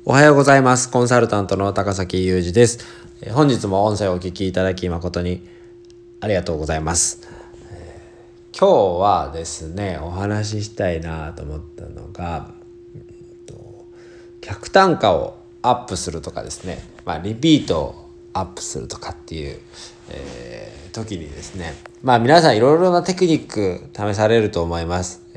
おはようございます。コンサルタントの高崎裕二です。本日も音声をお聞きいただき誠にありがとうございます。今日はですね、お話ししたいなと思ったのが、客単価をアップするとかですね、リピートをアップするとかっていう、時にですね、皆さんいろいろなテクニック試されると思います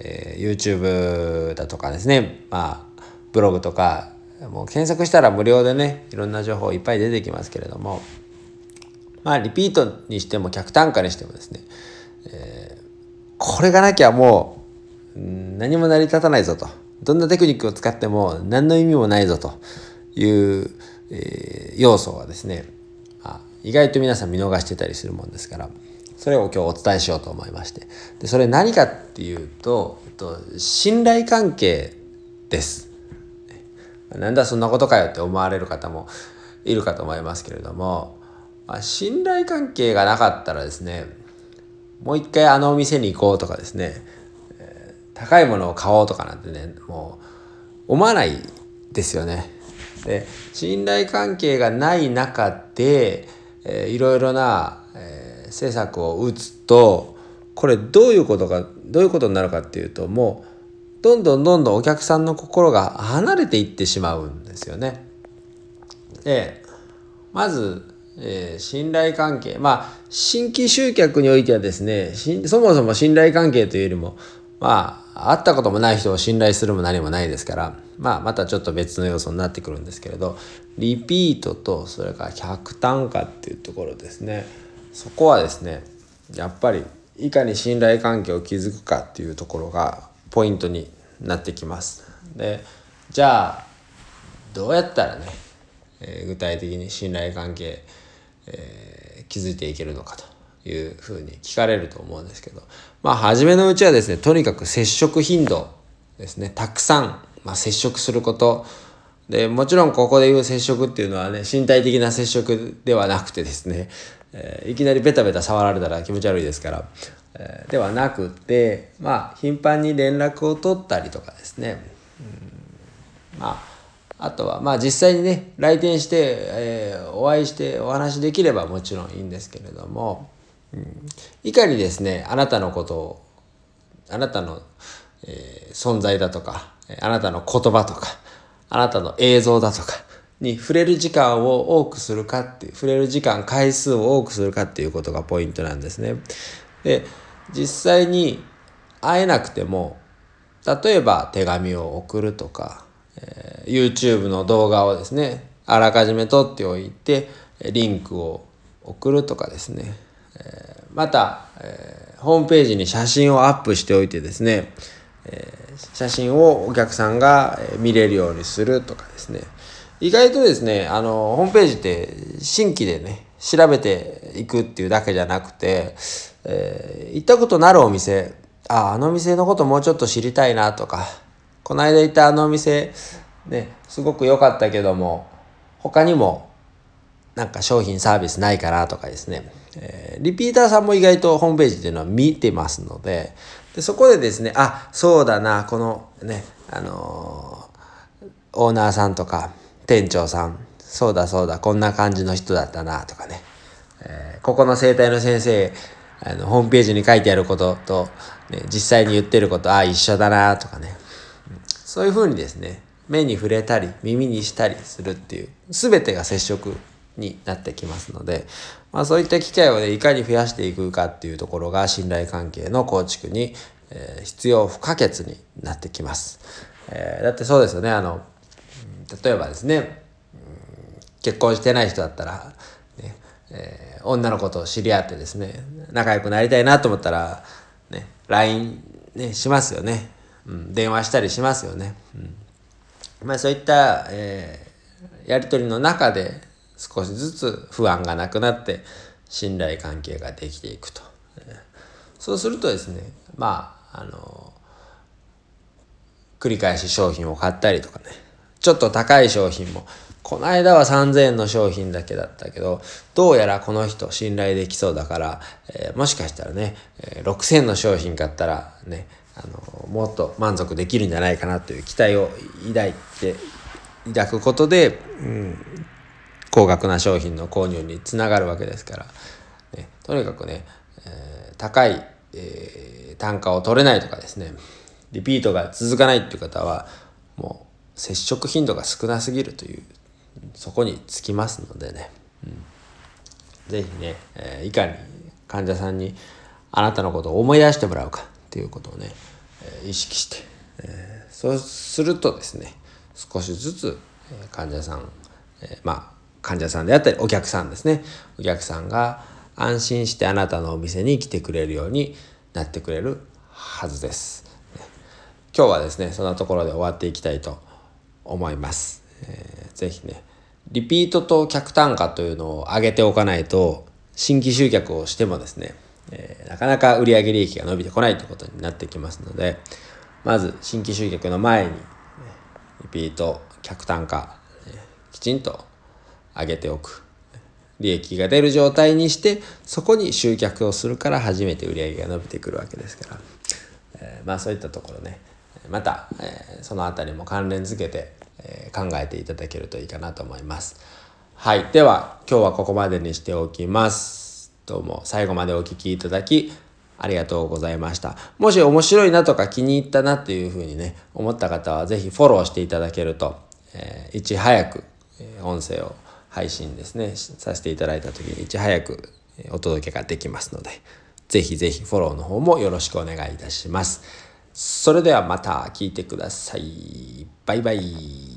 。YouTube だとかですね、ブログとかもう検索したら無料でね、いろんな情報いっぱい出てきますけれども、リピートにしても客単価にしてもですね、これがなきゃもう何も成り立たないぞと、どんなテクニックを使っても何の意味もないぞという、要素はですね、意外と皆さん見逃してたりするもんですから、それを今日お伝えしようと思いまして、でそれ何かっていうと、信頼関係です。なんだそんなことかよって思われる方もいるかと思いますけれども、信頼関係がなかったらですね、もう一回あのお店に行こうとかですね、高いものを買おうとかなんてね、もう思わないですよね。で、信頼関係がない中で、いろいろな、施策を打つと、これどういうことになるかっていうと、もうどんどんお客さんの心が離れていってしまうんですよね。で、まず、信頼関係、新規集客においてはですね、そもそも信頼関係というよりも、会ったこともない人を信頼するも何もないですから、またちょっと別の要素になってくるんですけれど、リピートとそれから客単価っていうところですね。そこはですね、やっぱりいかに信頼関係を築くかっていうところがポイントになってきます。で、じゃあどうやったらね、具体的に信頼関係、築いていけるのかというふうに聞かれると思うんですけど、初めのうちはですね、とにかく接触頻度ですね、たくさん、接触することで、もちろんここでいう接触っていうのはね、身体的な接触ではなくてですね、いきなりベタベタ触られたら気持ち悪いですから、ではなくて、頻繁に連絡を取ったりとかですね、あとは実際にね、来店して、お会いしてお話できればもちろんいいんですけれども、いかにですね、あなたのことを、あなたの、存在だとか、あなたの言葉とか、あなたの映像だとかに触れる時間を多くするかっていう、触れる時間回数を多くするかっていうことがポイントなんですね。で、実際に会えなくても、例えば手紙を送るとか、YouTube の動画をですね、あらかじめ撮っておいてリンクを送るとかですね、また、ホームページに写真をアップしておいてですね、写真をお客さんが見れるようにするとかですね、意外とですね、ホームページって新規でね、調べていくっていうだけじゃなくて、行ったことのあるお店、あの店のこともうちょっと知りたいなとか、この間行ったあのお店ね、すごく良かったけども、他にもなんか商品サービスないかなとかですね、リピーターさんも意外とホームページっていうのは見てますので、そこでですね、そうだな、このね、オーナーさんとか店長さん、そうだこんな感じの人だったなとかね、ここの整体の先生、ホームページに書いてあることと、ね、実際に言ってること一緒だなとかね、そういう風にですね、目に触れたり耳にしたりするっていう全てが接触になってきますので、そういった機会をね、いかに増やしていくかっていうところが信頼関係の構築に、必要不可欠になってきます。だってそうですよね、例えばですね、結婚してない人だったら、ね、女の子と知り合ってですね、仲良くなりたいなと思ったら、ね、LINE、ね、しますよね。電話したりしますよね。そういった、やり取りの中で少しずつ不安がなくなって信頼関係ができていくと。そうするとですね、繰り返し商品を買ったりとかね、ちょっと高い商品も、この間は3000円の商品だけだったけど、どうやらこの人信頼できそうだから、もしかしたらね、6000の商品買ったらね、もっと満足できるんじゃないかなという期待を抱いて抱くことで、高額な商品の購入につながるわけですから、ね、とにかくね、高い、単価を取れないとかですね、リピートが続かないっていう方はもう接触頻度が少なすぎるという、そこにつきますのでね、ぜひね、いかに患者さんにあなたのことを思い出してもらうかっていうことをね、意識して、そうするとですね、少しずつ患者さん、患者さんであったりお客さんですね、お客さんが安心してあなたのお店に来てくれるようになってくれるはずです。今日はですね、そんなところで終わっていきたいと思います。ぜひね、リピートと客単価というのを上げておかないと、新規集客をしてもですね、なかなか売上利益が伸びてこないということになってきますので、まず新規集客の前にリピート、客単価、きちんと上げておく。利益が出る状態にして、そこに集客をするから初めて売り上げが伸びてくるわけですから、そういったところね、また、そのあたりも関連づけて、考えていただけるといいかなと思います。はい。では今日はここまでにしておきます。どうも最後までお聞きいただきありがとうございました。もし面白いなとか気に入ったなっていうふうにね、思った方はぜひフォローしていただけると、いち早く音声を配信ですねさせていただいた時にいち早くお届けができますので、ぜひぜひフォローの方もよろしくお願いいたします。それではまた聞いてください。バイバイ。